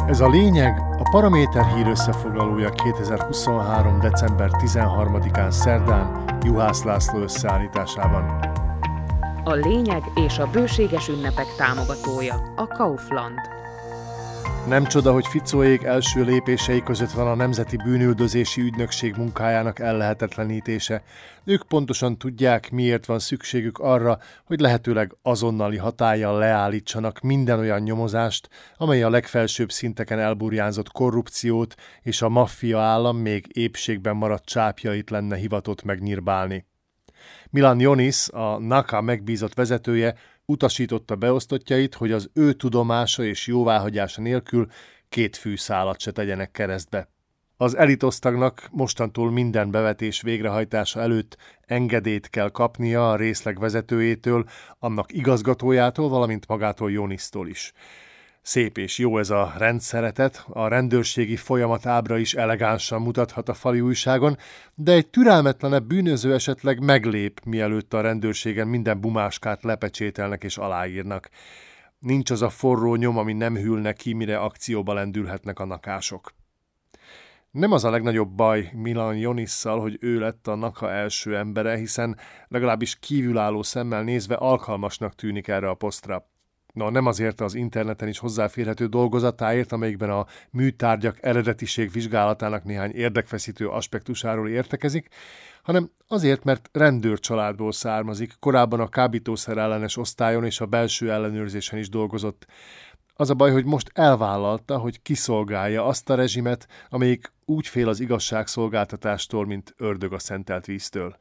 Ez a lényeg, a Paraméter hír összefoglalója 2023. december 13-án szerdán Juhász László összeállításában. A lényeg és a bőséges ünnepek támogatója a Kaufland. Nem csoda, hogy Ficóék első lépései között van a Nemzeti Bűnüldözési Ügynökség munkájának ellehetetlenítése. Ők pontosan tudják, miért van szükségük arra, hogy lehetőleg azonnali hatállyal leállítsanak minden olyan nyomozást, amely a legfelsőbb szinteken elburjánzott korrupciót és a maffia állam még épségben maradt csápjait lenne hivatott megnyírbálni. Milan Ionis, a NAKA megbízott vezetője, utasította beosztottjait, hogy az ő tudomása és jóváhagyása nélkül 2 fűszálat se tegyenek keresztbe. Az elitosztagnak mostantól minden bevetés végrehajtása előtt engedélyt kell kapnia a részleg vezetőjétől, annak igazgatójától, valamint magától Ionisztól is. Szép és jó ez a rendszeretet, a rendőrségi folyamat ábra is elegánsan mutathat a fali újságon, de egy türelmetlenebb bűnöző esetleg meglép, mielőtt a rendőrségen minden bumáskát lepecsételnek és aláírnak. Nincs az a forró nyom, ami nem hűlne ki, mire akcióba lendülhetnek a nakások. Nem az a legnagyobb baj Milan Ionisszal, hogy ő lett a NAKA első embere, hiszen legalábbis kívülálló szemmel nézve alkalmasnak tűnik erre a posztra. Nem azért az interneten is hozzáférhető dolgozatáért, amelyikben a műtárgyak eredetiség vizsgálatának néhány érdekfeszítő aspektusáról értekezik, hanem azért, mert rendőrcsaládból származik, korábban a kábítószer ellenes osztályon és a belső ellenőrzésen is dolgozott. Az a baj, hogy most elvállalta, hogy kiszolgálja azt a rezsimet, amelyik úgy fél az igazságszolgáltatástól, mint ördög a szentelt víztől.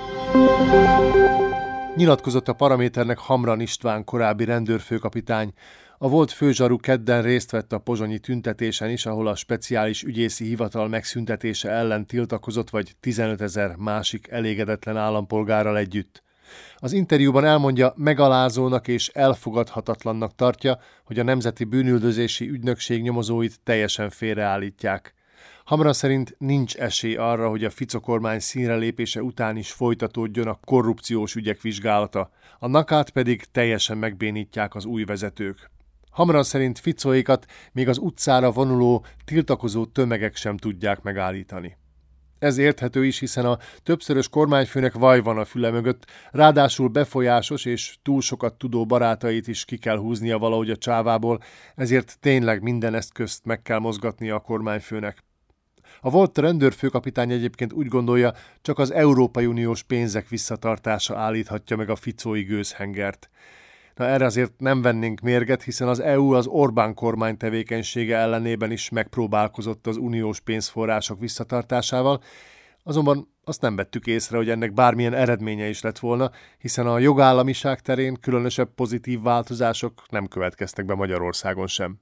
Nyilatkozott a Paraméternek Hamran István korábbi rendőrfőkapitány. A volt főzsaru kedden részt vett a pozsonyi tüntetésen is, ahol a speciális ügyészi hivatal megszüntetése ellen tiltakozott, vagy 15 000 másik elégedetlen állampolgárral együtt. Az interjúban elmondja, megalázónak és elfogadhatatlannak tartja, hogy a Nemzeti Bűnüldözési Ügynökség nyomozóit teljesen félreállítják. Hamran szerint nincs esély arra, hogy a Fico kormány színre lépése után is folytatódjon a korrupciós ügyek vizsgálata, a NAKÁt pedig teljesen megbénítják az új vezetők. Hamran szerint Ficóékat még az utcára vonuló, tiltakozó tömegek sem tudják megállítani. Ez érthető is, hiszen a többszörös kormányfőnek vaj van a füle mögött, ráadásul befolyásos és túl sokat tudó barátait is ki kell húznia valahogy a csávából, ezért tényleg minden eszközt meg kell mozgatnia a kormányfőnek. A volt rendőrfőkapitány egyébként úgy gondolja, csak az Európai Uniós pénzek visszatartása állíthatja meg a ficói gőzhengert. Erre azért nem vennénk mérget, hiszen az EU az Orbán kormány tevékenysége ellenében is megpróbálkozott az uniós pénzforrások visszatartásával, azonban azt nem vettük észre, hogy ennek bármilyen eredménye is lett volna, hiszen a jogállamiság terén különösebb pozitív változások nem következtek be Magyarországon sem.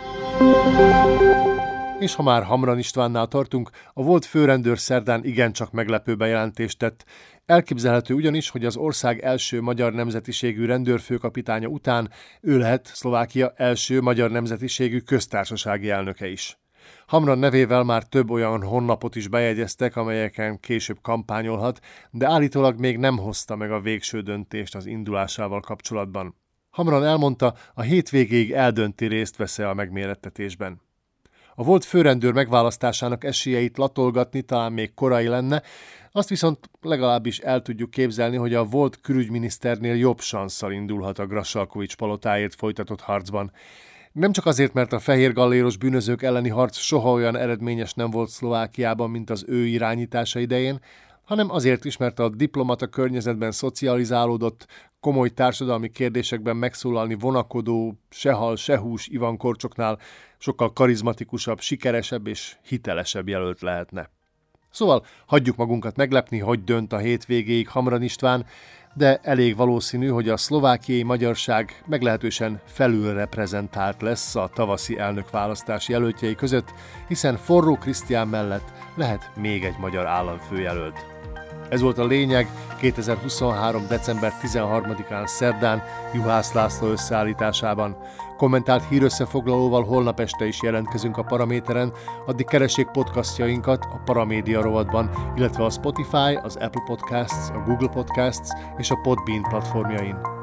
És ha már Hamran Istvánnál tartunk, a volt főrendőr szerdán igencsak meglepő bejelentést tett. Elképzelhető ugyanis, hogy az ország első magyar nemzetiségű rendőrfőkapitánya után ő lehet Szlovákia első magyar nemzetiségű köztársasági elnöke is. Hamran nevével már több olyan honlapot is bejegyeztek, amelyeken később kampányolhat, de állítólag még nem hozta meg a végső döntést az indulásával kapcsolatban. Hamran elmondta, a hétvégéig eldönti, részt vesz-e a megmérettetésben. A volt főrendőr megválasztásának esélyeit latolgatni talán még korai lenne, azt viszont legalábbis el tudjuk képzelni, hogy a volt külügyminiszternél jobb sansszal indulhat a Grassalkovich palotáért folytatott harcban. Nem csak azért, mert a fehérgalléros bűnözők elleni harc soha olyan eredményes nem volt Szlovákiában, mint az ő irányítása idején, hanem azért is, mert a diplomata környezetben szocializálódott, komoly társadalmi kérdésekben megszólalni vonakodó, se hal, se hús Ivan Korcsoknál sokkal karizmatikusabb, sikeresebb és hitelesebb jelölt lehetne. Szóval hagyjuk magunkat meglepni, hogy dönt a hétvégéig Hamran István, de elég valószínű, hogy a szlovákiai magyarság meglehetősen felülreprezentált lesz a tavaszi elnökválasztás jelöltjei között, hiszen Forró Krisztián mellett lehet még egy magyar államfőjelölt. Ez volt a lényeg 2023. december 13-án szerdán Juhász László összeállításában. Kommentált hírösszefoglalóval holnap este is jelentkezünk a Paraméteren, addig keressék podcastjainkat a Paramédia rovatban, illetve a Spotify, az Apple Podcasts, a Google Podcasts és a Podbean platformjain.